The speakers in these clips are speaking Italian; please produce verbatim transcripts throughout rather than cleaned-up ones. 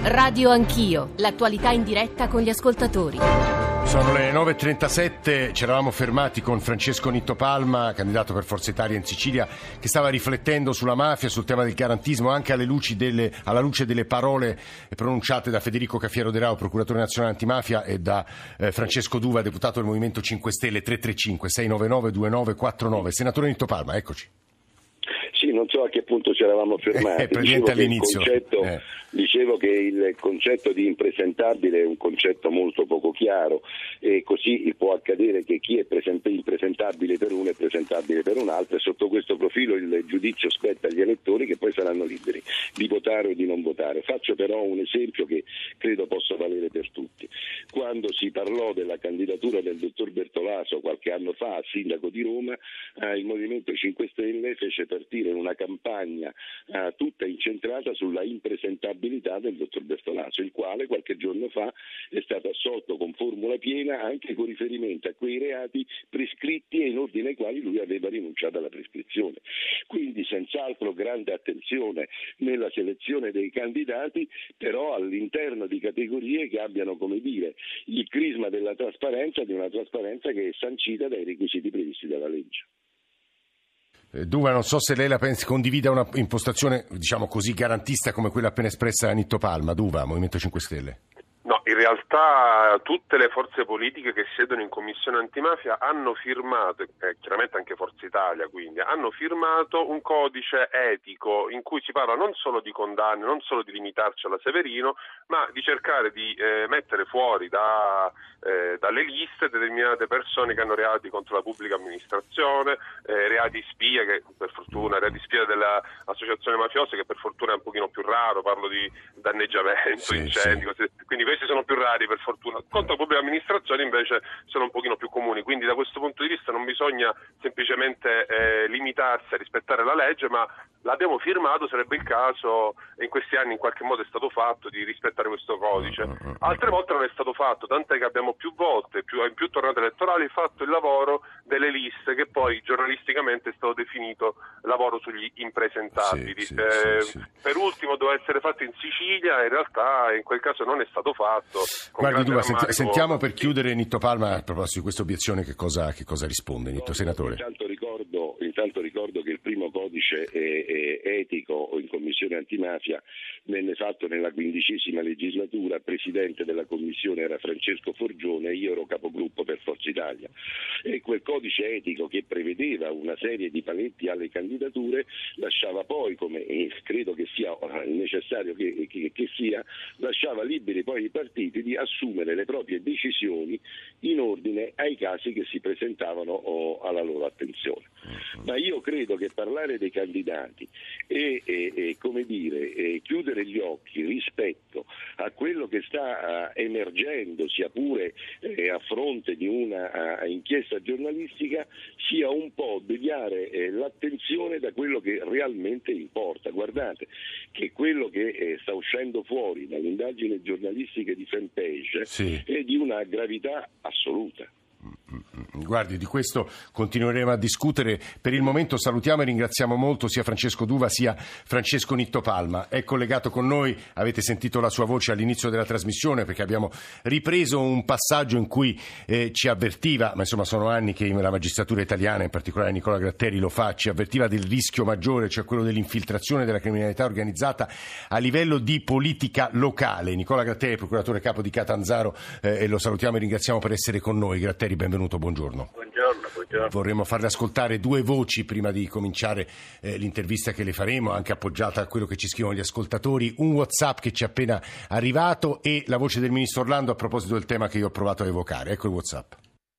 Radio Anch'io, l'attualità in diretta con gli ascoltatori. Sono le nove e trentasette, ci eravamo fermati con Francesco Nitto Palma, candidato per Forza Italia in Sicilia, che stava riflettendo sulla mafia, sul tema del garantismo, anche alle luci delle, alla luce delle parole pronunciate da Federico Cafiero De Rao, procuratore nazionale antimafia, e da eh, Francesco Duva, deputato del Movimento cinque Stelle. Tre tre cinque sei nove nove due nove quattro nove. Senatore Nitto Palma, eccoci. Sì, non so a che punto ci eravamo fermati. Eh, dicevo, che all'inizio. Il concetto, eh. dicevo che il concetto di impresentabile è un concetto molto poco chiaro, e così può accadere che chi è present- impresentabile per uno è presentabile per un altro, e sotto questo profilo il giudizio spetta agli elettori, che poi saranno liberi di votare o di non votare. Faccio però un esempio che credo possa valere per tutti. Quando si parlò della candidatura del dottor Bertolaso qualche anno fa a sindaco di Roma, eh, il Movimento cinque Stelle fece partire una campagna eh, tutta incentrata sulla impresentabilità del dottor Bertolaso, il quale qualche giorno fa è stato assolto con formula piena, anche con riferimento a quei reati prescritti e in ordine ai quali lui aveva rinunciato alla prescrizione. Quindi senz'altro grande attenzione nella selezione dei candidati, però all'interno di categorie che abbiano, come dire, il crisma della trasparenza, di una trasparenza che è sancita dai requisiti previsti dalla legge. Duva, non so se lei la pensi, condivida una impostazione, diciamo così, garantista come quella appena espressa da Nitto Palma. Duva, Movimento cinque Stelle. No, in realtà tutte le forze politiche che siedono in commissione antimafia hanno firmato, eh, chiaramente anche Forza Italia, quindi hanno firmato un codice etico in cui si parla non solo di condanne, non solo di limitarci alla Severino, ma di cercare di eh, mettere fuori da, eh, dalle liste determinate persone che hanno reati contro la pubblica amministrazione, eh, reati spia, che per fortuna, reati spia dell'associazione mafiosa, che per fortuna è un pochino più raro, parlo di danneggiamento, sì, incendi, sì. Cose, quindi questi sono più rari per fortuna. Contro la pubblica amministrazione invece sono un pochino più comuni, quindi da questo punto di vista non bisogna semplicemente eh, limitarsi a rispettare la legge, ma l'abbiamo firmato, sarebbe il caso, e in questi anni in qualche modo è stato fatto, di rispettare questo codice. Altre volte non è stato fatto, tant'è che abbiamo più volte, più, in più tornate elettorali, fatto il lavoro delle liste, che poi giornalisticamente è stato definito lavoro sugli impresentabili. Sì, sì, eh, sì, sì. Per ultimo doveva essere fatto in Sicilia, in realtà in quel caso non è stato fatto. Guardi, Duva, senti, sentiamo per chiudere Nitto Palma, a proposito di questa obiezione, che cosa, che cosa risponde, Nitto, no, senatore. Intanto ricordo, intanto ricordo che il primo codice è, è etico in commissione antimafia venne fatto nella quindicesima legislatura. Presidente della commissione era Francesco Forgione, io ero capogruppo per Forza Italia, e quel codice etico, che prevedeva una serie di paletti alle candidature, lasciava poi, come credo che sia necessario che, che, che sia, lasciava liberi poi i partiti di assumere le proprie decisioni in ordine ai casi che si presentavano oh, alla loro attenzione. Ma io credo che parlare dei candidati e, e, e come dire, e chiudere gli occhi rispetto a quello che sta uh, emergendo, sia pure eh, a fronte di una uh, inchiesta giornalistica, sia un po' deviare eh, l'attenzione da quello che realmente importa. Guardate che quello che eh, sta uscendo fuori dall'indagine giornalistica di Fanpage sì. è di una gravità assoluta. Guardi, di questo continueremo a discutere. Per il momento salutiamo e ringraziamo molto sia Francesco Duva sia Francesco Nitto Palma. È collegato con noi, avete sentito la sua voce all'inizio della trasmissione, perché abbiamo ripreso un passaggio in cui eh, ci avvertiva, ma insomma sono anni che la magistratura italiana, in particolare Nicola Gratteri lo fa, ci avvertiva del rischio maggiore, cioè quello dell'infiltrazione della criminalità organizzata a livello di politica locale. Nicola Gratteri, procuratore capo di Catanzaro, eh, e lo salutiamo e ringraziamo per essere con noi. Gratteri, benvenuto, buongiorno. Buongiorno, buongiorno. Vorremmo farle ascoltare due voci prima di cominciare eh, l'intervista che le faremo, anche appoggiata a quello che ci scrivono gli ascoltatori, un WhatsApp che ci è appena arrivato e la voce del ministro Orlando a proposito del tema che io ho provato a evocare. Ecco il WhatsApp.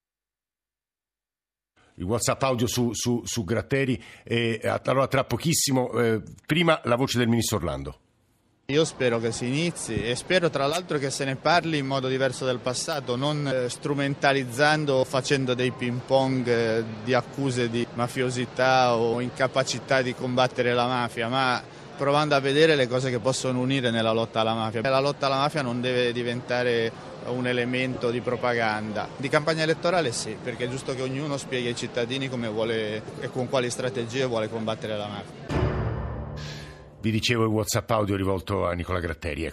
Il WhatsApp audio su, su, su Gratteri. Eh, allora tra pochissimo, eh, prima la voce del ministro Orlando. Io spero che si inizi e spero tra l'altro che se ne parli in modo diverso del passato, non eh, strumentalizzando o facendo dei ping pong eh, di accuse di mafiosità o incapacità di combattere la mafia, ma provando a vedere le cose che possono unire nella lotta alla mafia. La lotta alla mafia non deve diventare un elemento di propaganda. Di campagna elettorale sì, perché è giusto che ognuno spieghi ai cittadini come vuole e con quali strategie vuole combattere la mafia. Vi dicevo il WhatsApp audio rivolto a Nicola Gratteri, eccolo.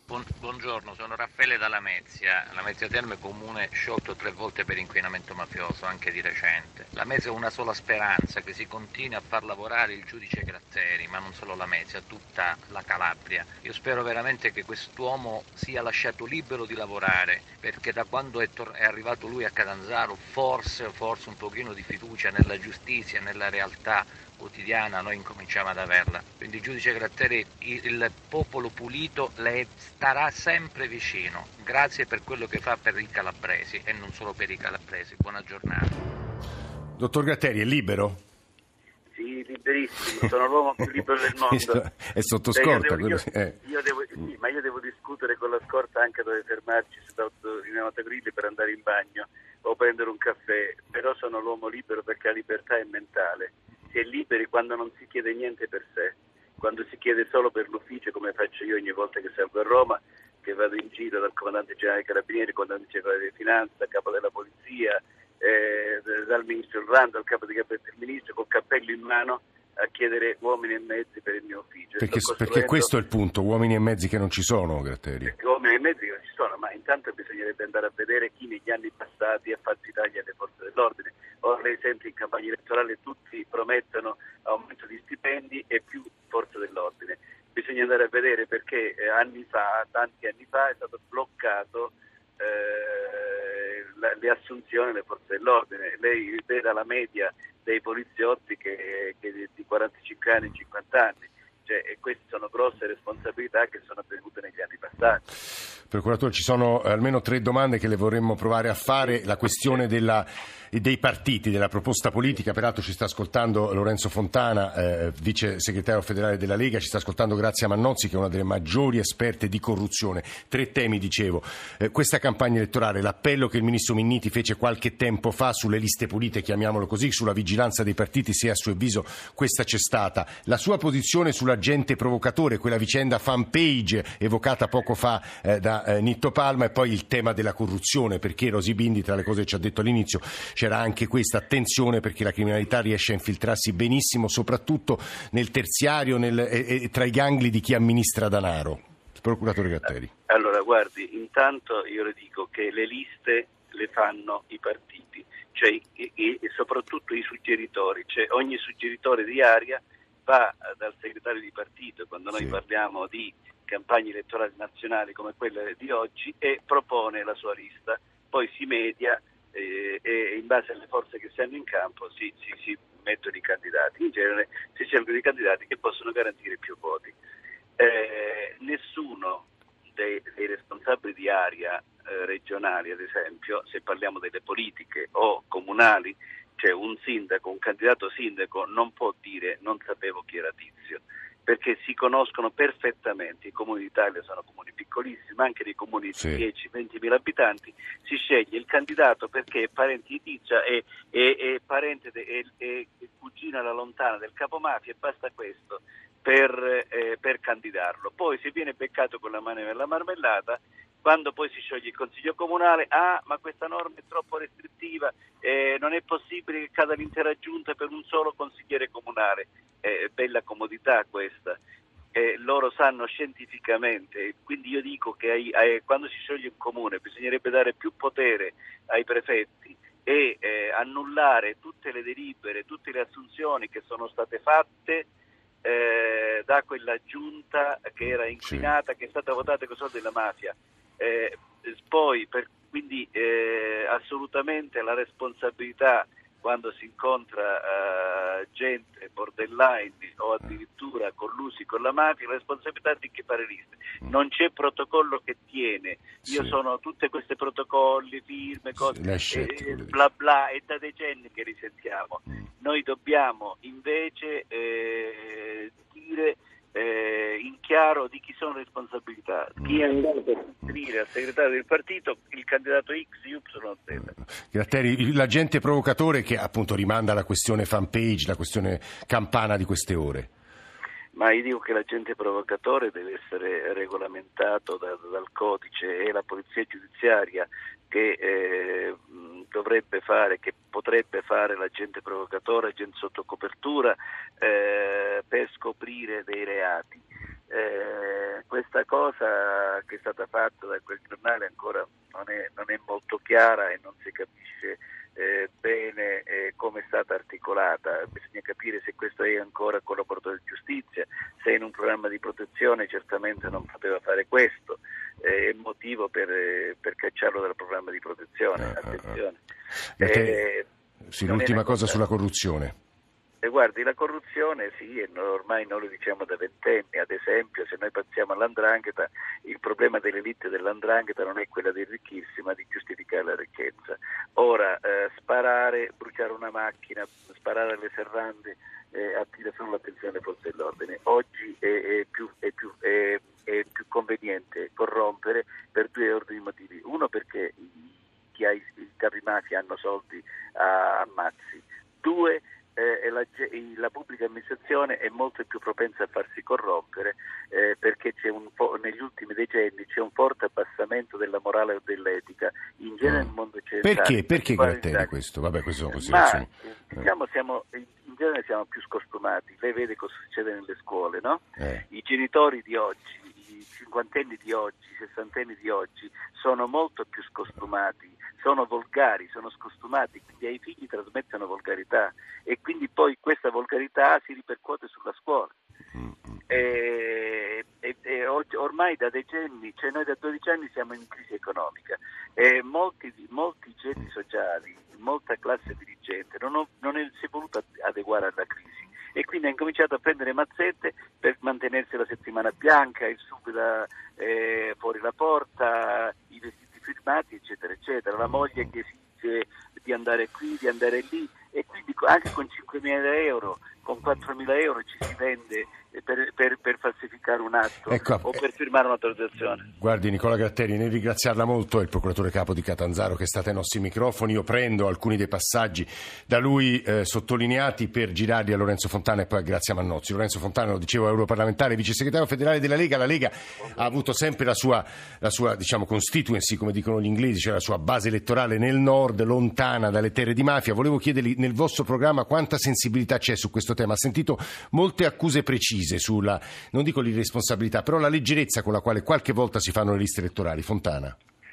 Buon, buongiorno, sono Raffaele da Lamezia. Lamezia Terme comune sciolto tre volte per inquinamento mafioso, anche di recente. Lamezia ha una sola speranza, che si continui a far lavorare il giudice Gratteri, ma non solo Lamezia, tutta la Calabria. Io spero veramente che quest'uomo sia lasciato libero di lavorare, perché da quando è, tor- è arrivato lui a Catanzaro forse, forse un pochino di fiducia nella giustizia, nella realtà quotidiana noi incominciamo ad averla. Quindi il giudice Gratteri, il popolo pulito le starà sempre vicino. Grazie per quello che fa per i calabresi e non solo per i calabresi. Buona giornata. Dottor Gratteri, è libero? Sì, liberissimo, sono l'uomo più libero del mondo. È sotto scorta. Io devo, io, eh. io devo, sì, ma io devo discutere con la scorta anche dove fermarci in autogrill per andare in bagno o prendere un caffè, però sono l'uomo libero perché la libertà è mentale. Si è liberi quando non si chiede niente per sé, quando si chiede solo per l'ufficio, come faccio io ogni volta che salgo a Roma, che vado in giro dal comandante generale dei Carabinieri, comandante generale di Finanza, dal capo della polizia, eh, dal ministro Orlando, al capo di gabinetto del ministro, col cappello in mano a chiedere uomini e mezzi per il mio ufficio. Perché, perché questo è il punto, uomini e mezzi che non ci sono, Gratteri. Uomini e mezzi che non ci sono, ma intanto bisognerebbe andare a vedere chi negli anni passati ha fatto i tagli alle forze dell'ordine. Ora lei sente in campagna elettorale tutti promettono aumento di stipendi e più forze dell'ordine. Bisogna andare a vedere perché eh, anni fa, tanti anni fa, è stato bloccato eh, la, le assunzioni alle forze dell'ordine. Lei veda la media dei poliziotti che, che di quarantacinque anni, cinquanta anni. Cioè, e queste sono grosse responsabilità che sono avvenute negli anni passati. Procuratore, ci sono almeno tre domande che le vorremmo provare a fare. La questione della, dei partiti, della proposta politica. Peraltro ci sta ascoltando Lorenzo Fontana, eh, vice segretario federale della Lega, ci sta ascoltando Grazia Mannozzi, che è una delle maggiori esperte di corruzione. Tre temi, dicevo. Eh, questa campagna elettorale, l'appello che il ministro Minniti fece qualche tempo fa sulle liste pulite, chiamiamolo così, sulla vigilanza dei partiti, se a suo avviso questa c'è stata. La sua posizione sull'agente provocatore, quella vicenda fanpage evocata poco fa eh, da eh, Nitto Palma, e poi il tema della corruzione, perché Rosy Bindi, tra le cose che ci ha detto all'inizio, c'era anche questa attenzione perché la criminalità riesce a infiltrarsi benissimo, soprattutto nel terziario, nel, e, e tra i gangli di chi amministra denaro. Procuratore Gratteri. Allora, guardi, intanto io le dico che le liste le fanno i partiti, cioè e, e soprattutto i suggeritori, cioè ogni suggeritore di area va dal segretario di partito, quando noi sì. parliamo di campagne elettorali nazionali come quelle di oggi, e propone la sua lista, poi si media eh, e in base alle forze che si hanno in campo si, si, si mettono i candidati. In genere si scelgono i candidati che possono garantire più voti. Eh, nessuno dei, dei responsabili di area eh, regionali, ad esempio, se parliamo delle politiche o comunali, cioè un sindaco, un candidato sindaco non può dire non sapevo chi era Tizio, perché si conoscono perfettamente. I comuni d'Italia sono comuni piccolissimi, ma anche dei comuni sì. di dieci venti mila abitanti. Si sceglie il candidato perché è parente di Tizia e è, è, è parente e è, è cugina alla lontana del capomafia, e basta questo per, eh, per candidarlo. Poi se viene beccato con la mano nella marmellata, quando poi si scioglie il Consiglio Comunale, ah, ma questa norma è troppo restrittiva, eh, non è possibile che cada l'intera giunta per un solo consigliere comunale. Eh, bella comodità questa. Eh, loro sanno scientificamente, quindi io dico che ai, ai, quando si scioglie un comune bisognerebbe dare più potere ai prefetti e eh, annullare tutte le delibere, tutte le assunzioni che sono state fatte eh, da quella giunta che era inquinata, sì. che è stata votata con i soldi della mafia. Eh, poi per, quindi eh, assolutamente la responsabilità quando si incontra uh, gente borderline o addirittura collusi con la mafia, la responsabilità di chi fare liste. Non c'è protocollo che tiene. Io sì. sono tutte queste protocolli, firme, cose, sì, eh, bla bla, è da decenni che li sentiamo. Mm. Noi dobbiamo invece eh, dire Eh, in chiaro di chi sono le responsabilità, chi è andato a sostenere al segretario del partito il candidato X, Y, Z. Gratteri, l'agente provocatore che appunto rimanda alla questione fanpage, la questione campana di queste ore. Ma io dico che l'agente provocatore deve essere regolamentato da, dal codice, e la polizia giudiziaria che eh, dovrebbe fare, che potrebbe fare l'agente provocatore, agente sotto copertura, eh, per scoprire dei reati. Eh, questa cosa che è stata fatta da quel giornale ancora non è, non è molto chiara e non si capisce eh, bene eh, come è stata articolata. Bisogna capire se questo è ancora collaboratore di giustizia, se è in un programma di protezione certamente non poteva fare questo, è eh, motivo per, eh, per cacciarlo dal programma di protezione. Attenzione. Eh, sì, l'ultima cosa sulla corruzione. E guardi, la corruzione sì, e ormai noi lo diciamo da ventenni, ad esempio se noi pensiamo all''ndrangheta, il problema dell'elite dell''ndrangheta non è quella di arricchirsi ma di giustificare la ricchezza. Ora eh, sparare, bruciare una macchina, sparare alle serrande eh, attira solo l'attenzione delle forze dell'ordine. Oggi è, è, più, è, più, è, è più conveniente corrompere per due ordini motivi. Uno perché chi ha i, i capi mafia hanno soldi a, a mazzi. Due, Eh, la, la pubblica amministrazione è molto più propensa a farsi corrompere eh, perché c'è un po', negli ultimi decenni c'è un forte abbassamento della morale e dell'etica in genere nel mondo occidentale. Perché? Perché Gratteri questo? Vabbè, queste sono considerazioni. Ma diciamo siamo in genere siamo più scostumati. Lei vede cosa succede nelle scuole, no? Eh. I genitori di oggi, i cinquantenni di oggi, i sessantenni di oggi sono molto più scostumati, sono volgari, sono scostumati, quindi ai figli trasmettono volgarità e quindi poi questa volgarità si ripercuote sulla scuola. E, e, e ormai da decenni, cioè noi da dodici anni siamo in crisi economica e molti, molti geti sociali, molta classe dirigente non, ho, non è, si è voluta adeguare alla crisi e quindi ha incominciato a prendere mazzette per mantenersi la settimana bianca, il sub da, eh, fuori la porta, i vestiti firmati eccetera eccetera, la moglie che esige di andare qui, di andare lì e quindi anche con cinquemila euro, con quattromila euro ci si vende per, per, per falsificare un atto ecco, o per firmare un'autorizzazione. Guardi Nicola Gratteri, nel ringraziarla molto, è il procuratore capo di Catanzaro che è stato ai nostri microfoni. Io prendo alcuni dei passaggi da lui eh, sottolineati per girarli a Lorenzo Fontana e poi a Grazia Mannozzi. Lorenzo Fontana, lo dicevo, è europarlamentare, vice segretario federale della Lega. La Lega ha avuto sempre la sua, la sua diciamo, constituency, come dicono gli inglesi, cioè la sua base elettorale nel nord, lontana dalle terre di mafia. Volevo chiedergli nel vostro programma quanta sensibilità c'è su questo tema. Ha sentito molte accuse precise sulla, non dico l'irresponsabilità, però la leggerezza con la quale qualche volta si fanno le liste elettorali. Fontana.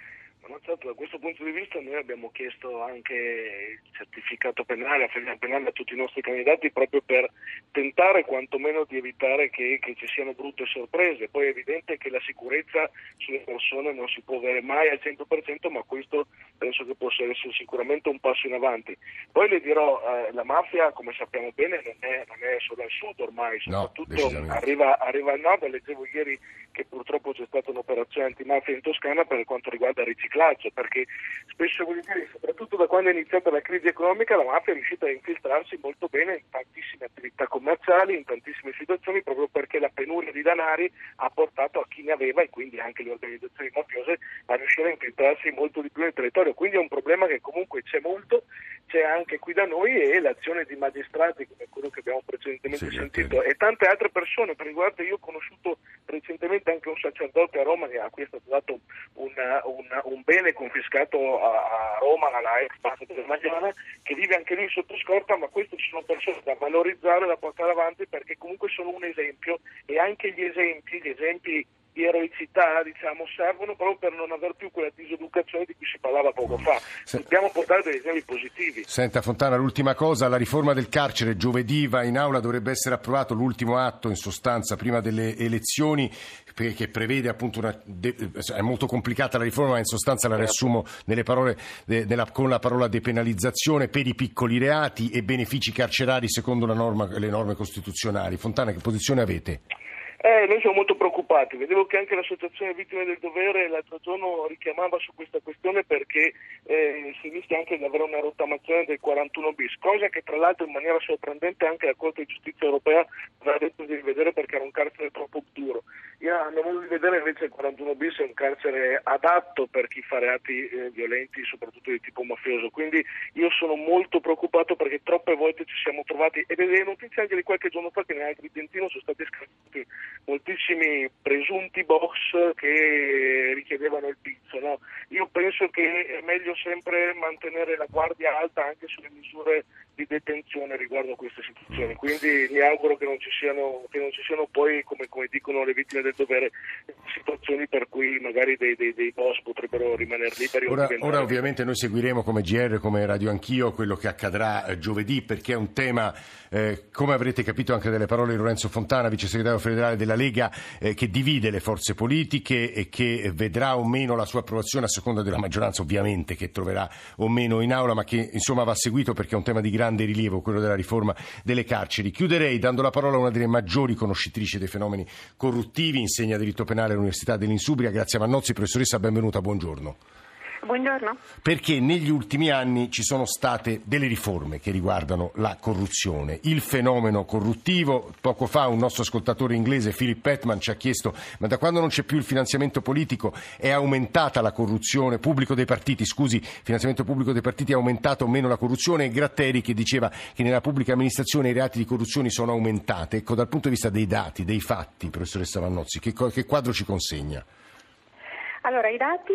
Da questo punto di vista noi abbiamo chiesto anche il certificato penale, la fedina penale a tutti i nostri candidati proprio per tentare quantomeno di evitare che, che ci siano brutte sorprese. Poi è evidente che la sicurezza sulle persone non si può avere mai al cento per cento, ma questo penso che possa essere sicuramente un passo in avanti. Poi le dirò, eh, la mafia come sappiamo bene non è, non è solo al sud ormai, soprattutto no, arriva, arriva al nord. Leggevo ieri che purtroppo c'è stata un'operazione antimafia in Toscana per quanto riguarda il riciclaggio, perché spesso vuol dire, soprattutto da quando è iniziata la crisi economica, la mafia è riuscita a infiltrarsi molto bene in tantissime attività commerciali, in tantissime situazioni, proprio perché la penuria di denari ha portato a chi ne aveva e quindi anche le organizzazioni mafiose a riuscire a infiltrarsi molto di più nel territorio. Quindi è un problema che comunque c'è molto, c'è anche qui da noi, e l'azione di magistrati come quello che abbiamo precedentemente sì, sentito e tante altre persone. Per riguardo, io ho conosciuto recentemente anche un sacerdote a Roma che a cui è stato dato una, una, un bene confiscato a, a Roma, alla ex Passa della Magliana, che vive anche lui sotto scorta, ma queste sono persone da valorizzare e da portare avanti perché comunque sono un esempio, e anche gli esempi, gli esempi di eroicità, diciamo, servono proprio per non aver più quella diseducazione di cui si parlava poco fa. Dobbiamo portare degli esempi positivi. Senta Fontana, l'ultima cosa, la riforma del carcere giovedì va in aula, dovrebbe essere approvato l'ultimo atto in sostanza prima delle elezioni, che prevede appunto una, è molto complicata la riforma, ma in sostanza la riassumo nelle parole, nella, con la parola depenalizzazione per i piccoli reati e benefici carcerari secondo la norma, le norme costituzionali. Fontana, che posizione avete? Eh, noi siamo molto preoccupati. Vedevo che anche l'associazione Vittime del Dovere l'altro giorno richiamava su questa questione perché eh, si rischia anche di avere una rottamazione del quarantuno bis, cosa che tra l'altro in maniera sorprendente anche la Corte di Giustizia Europea aveva detto di rivedere perché era un carcere troppo duro. Io a mio modo di vedere invece il quarantuno bis è un carcere adatto per chi fa reati eh, violenti, soprattutto di tipo mafioso. Quindi io sono molto preoccupato perché troppe volte ci siamo trovati, e le notizie anche di qualche giorno fa che nell'Agrigentino sono stati scattati moltissimi presunti boss che richiedevano il pizzo, no? Io penso che è meglio sempre mantenere la guardia alta anche sulle misure di detenzione riguardo a queste situazioni, quindi mi auguro che non ci siano, che non ci siano poi, come, come dicono le vittime del dovere, situazioni per cui magari dei, dei, dei boss potrebbero rimanere liberi. Ora, ora ovviamente noi seguiremo come G R, come Radio Anch'io, quello che accadrà eh, giovedì, perché è un tema, eh, come avrete capito anche dalle parole di Lorenzo Fontana, vice segretario federale della Lega, eh, che divide le forze politiche e che vedrà o meno la sua approvazione a seconda della maggioranza, ovviamente, che troverà o meno in aula, ma che insomma va seguito perché è un tema di grande rilievo, quello della riforma delle carceri. Chiuderei dando la parola a una delle maggiori conoscitrici dei fenomeni corruttivi, insegna diritto penale all'Università dell'Insubria, Grazia Vannozzi. Professoressa, benvenuta, buongiorno. Buongiorno. Perché negli ultimi anni ci sono state delle riforme che riguardano la corruzione, il fenomeno corruttivo. Poco fa un nostro ascoltatore inglese, Philip Petman, ci ha chiesto: ma da quando non c'è più il finanziamento politico è aumentata la corruzione, pubblico dei partiti, scusi, finanziamento pubblico dei partiti, è aumentato o meno la corruzione? E Gratteri, che diceva che nella pubblica amministrazione i reati di corruzione sono aumentati. Ecco, dal punto di vista dei dati, dei fatti, professoressa Vannozzi, che, che quadro ci consegna? Allora, i dati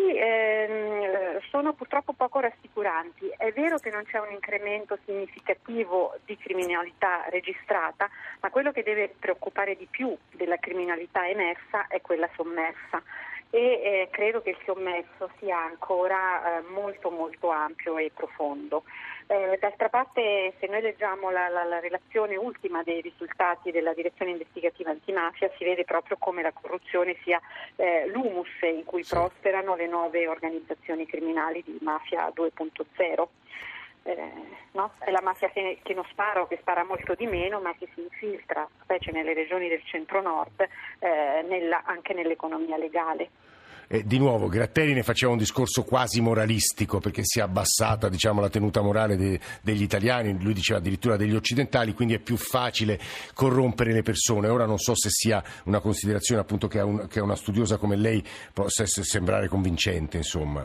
ehm, sono purtroppo poco rassicuranti. È vero che non c'è un incremento significativo di criminalità registrata, ma quello che deve preoccupare di più della criminalità emersa è quella sommersa. E eh, credo che il sommerso sia ancora eh, molto molto ampio e profondo. Eh, d'altra parte, se noi leggiamo la, la, la relazione ultima dei risultati della direzione investigativa antimafia, si vede proprio come la corruzione sia eh, l'humus in cui sì. prosperano le nuove organizzazioni criminali di mafia due punto zero. Eh, no? È la mafia che, che non spara o che spara molto di meno, ma che si infiltra, specie nelle regioni del centro-nord, eh, nella, anche nell'economia legale. Eh, di nuovo, Gratteri ne faceva un discorso quasi moralistico, perché si è abbassata, diciamo, la tenuta morale de, degli italiani, lui diceva addirittura degli occidentali, quindi è più facile corrompere le persone. Ora non so se sia una considerazione appunto che a, un, che a una studiosa come lei possa sembrare convincente, insomma.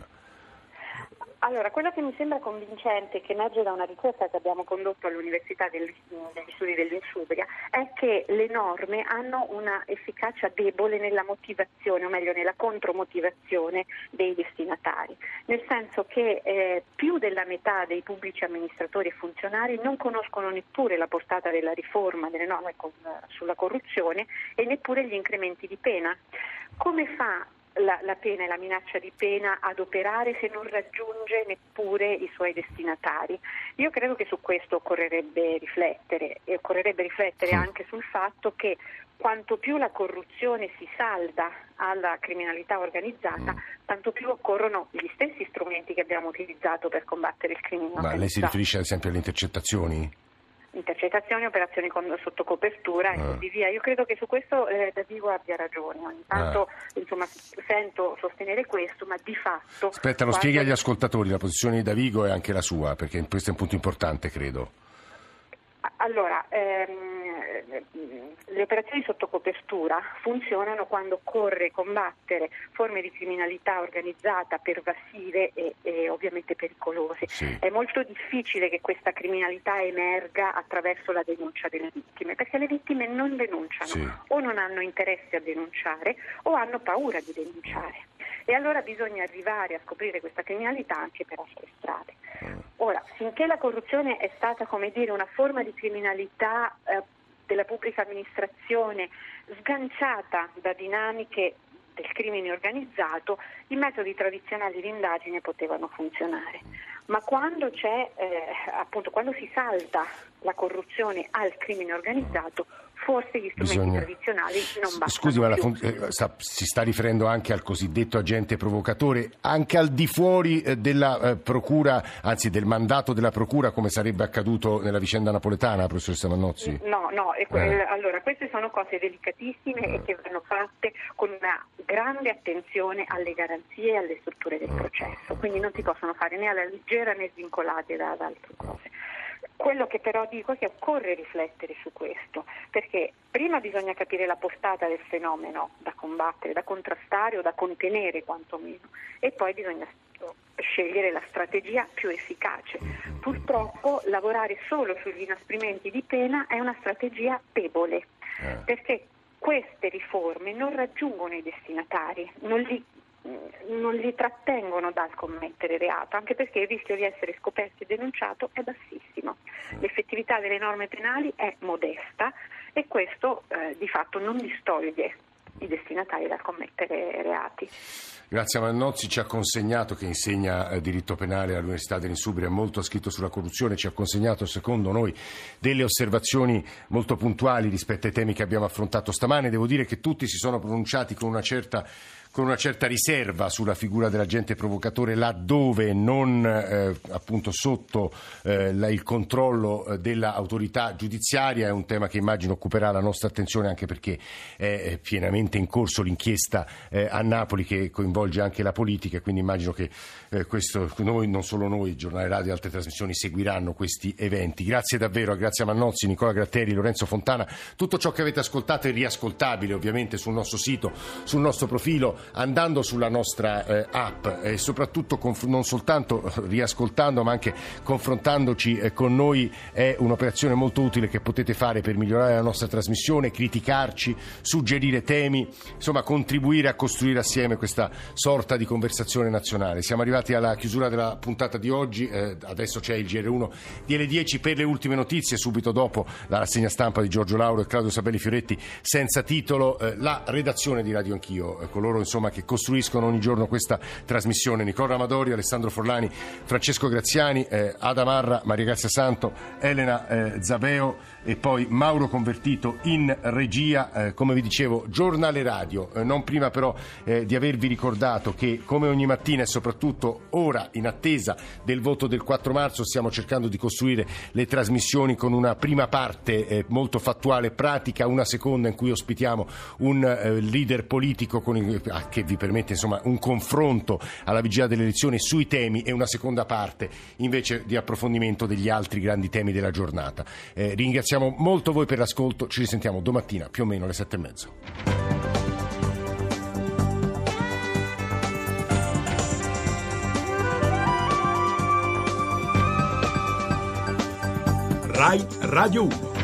Allora, quello che mi sembra convincente, che emerge da una ricerca che abbiamo condotto all'Università degli, degli Studi dell'Insubria, è che le norme hanno una efficacia debole nella motivazione, o meglio nella contromotivazione dei destinatari, nel senso che eh, più della metà dei pubblici amministratori e funzionari non conoscono neppure la portata della riforma delle norme con, sulla corruzione e neppure gli incrementi di pena. Come fa La, la pena e la minaccia di pena ad operare se non raggiunge neppure i suoi destinatari? Io credo che su questo occorrerebbe riflettere e occorrerebbe riflettere anche sul fatto che quanto più la corruzione si salda alla criminalità organizzata, tanto più occorrono gli stessi strumenti che abbiamo utilizzato per combattere il crimine organizzato. Ma lei si riferisce ad esempio alle intercettazioni? Intercettazioni, operazioni con, sotto copertura e ah. così via. Io credo che su questo eh, Davigo abbia ragione. Ogni tanto ah. insomma, sento sostenere questo, ma di fatto... Aspetta, lo quando... spieghi agli ascoltatori, la posizione di Davigo è anche la sua, perché questo è un punto importante, credo. Allora, ehm, le operazioni sotto copertura funzionano quando occorre combattere forme di criminalità organizzata pervasive e, e ovviamente pericolose. Sì. È molto difficile che questa criminalità emerga attraverso la denuncia delle vittime, perché le vittime non denunciano, sì. o non hanno interesse a denunciare o hanno paura di denunciare. E allora bisogna arrivare a scoprire questa criminalità anche per altre strade. Ora, finché la corruzione è stata, come dire, una forma di criminalità eh, della pubblica amministrazione sganciata da dinamiche del crimine organizzato, i metodi tradizionali di indagine potevano funzionare. Ma quando c'è, eh, appunto, quando si salta la corruzione al crimine organizzato, forse gli strumenti Bisogna... tradizionali non bastano. Scusi, ma la fun- più. eh, sta, si sta riferendo anche al cosiddetto agente provocatore, anche al di fuori eh, della eh, procura, anzi del mandato della procura, come sarebbe accaduto nella vicenda napoletana, professoressa Vannozzi? No, no, e que- eh. allora queste sono cose delicatissime eh. e che vanno fatte con una grande attenzione alle garanzie e alle strutture del processo, quindi non si possono fare né alla leggera né svincolate da, da altre cose. Quello che però dico è che occorre riflettere su questo, perché prima bisogna capire la portata del fenomeno da combattere, da contrastare o da contenere quantomeno, e poi bisogna scegliere la strategia più efficace. Purtroppo lavorare solo sugli inasprimenti di pena è una strategia debole, perché queste riforme non raggiungono i destinatari, non li, non li trattengono dal commettere reato, anche perché il rischio di essere scoperto e denunciato è bassissimo. L'effettività delle norme penali è modesta e questo eh, di fatto non distoglie i destinatari dal commettere reati. Grazie a Mannozzi, ci ha consegnato, che insegna eh, diritto penale all'Università dell'Insubria, molto ha scritto sulla corruzione, ci ha consegnato secondo noi delle osservazioni molto puntuali rispetto ai temi che abbiamo affrontato stamane. Devo dire che tutti si sono pronunciati con una certa con una certa riserva sulla figura dell'agente provocatore, laddove non eh, appunto sotto eh, la, il controllo eh, dell'autorità giudiziaria. È un tema che immagino occuperà la nostra attenzione, anche perché è pienamente in corso l'inchiesta eh, a Napoli, che coinvolge anche la politica, quindi immagino che eh, questo, noi, non solo noi, Giornale Radio e altre trasmissioni seguiranno questi eventi. Grazie davvero, grazie a Mannozzi, Nicola Gratteri, Lorenzo Fontana. Tutto ciò che avete ascoltato è riascoltabile ovviamente sul nostro sito, sul nostro profilo, andando sulla nostra eh, app, e soprattutto conf- non soltanto riascoltando ma anche confrontandoci eh, con noi. È un'operazione molto utile che potete fare per migliorare la nostra trasmissione, criticarci, suggerire temi, insomma contribuire a costruire assieme questa sorta di conversazione nazionale. Siamo arrivati alla chiusura della puntata di oggi, eh, adesso c'è il G R uno di alle dieci per le ultime notizie, subito dopo la rassegna stampa di Giorgio Lauro e Claudio Sabelli Fioretti senza titolo, eh, la redazione di Radio Anch'io, eh, coloro insomma che costruiscono ogni giorno questa trasmissione: Nicola Amadori, Alessandro Forlani, Francesco Graziani, eh, Ada Marra, Maria Grazia Santo, Elena eh, Zabeo e poi Mauro Convertito in regia. Eh, come vi dicevo, Giornale Radio, eh, non prima però eh, di avervi ricordato che come ogni mattina e soprattutto ora, in attesa del voto del quattro marzo, stiamo cercando di costruire le trasmissioni con una prima parte eh, molto fattuale e pratica, una seconda in cui ospitiamo un eh, leader politico con il, che vi permette insomma un confronto alla vigilia delle elezioni sui temi, e una seconda parte invece di approfondimento degli altri grandi temi della giornata. Eh, ringraziamo molto voi per l'ascolto, ci risentiamo domattina più o meno alle sette e mezzo. Rai Radio uno.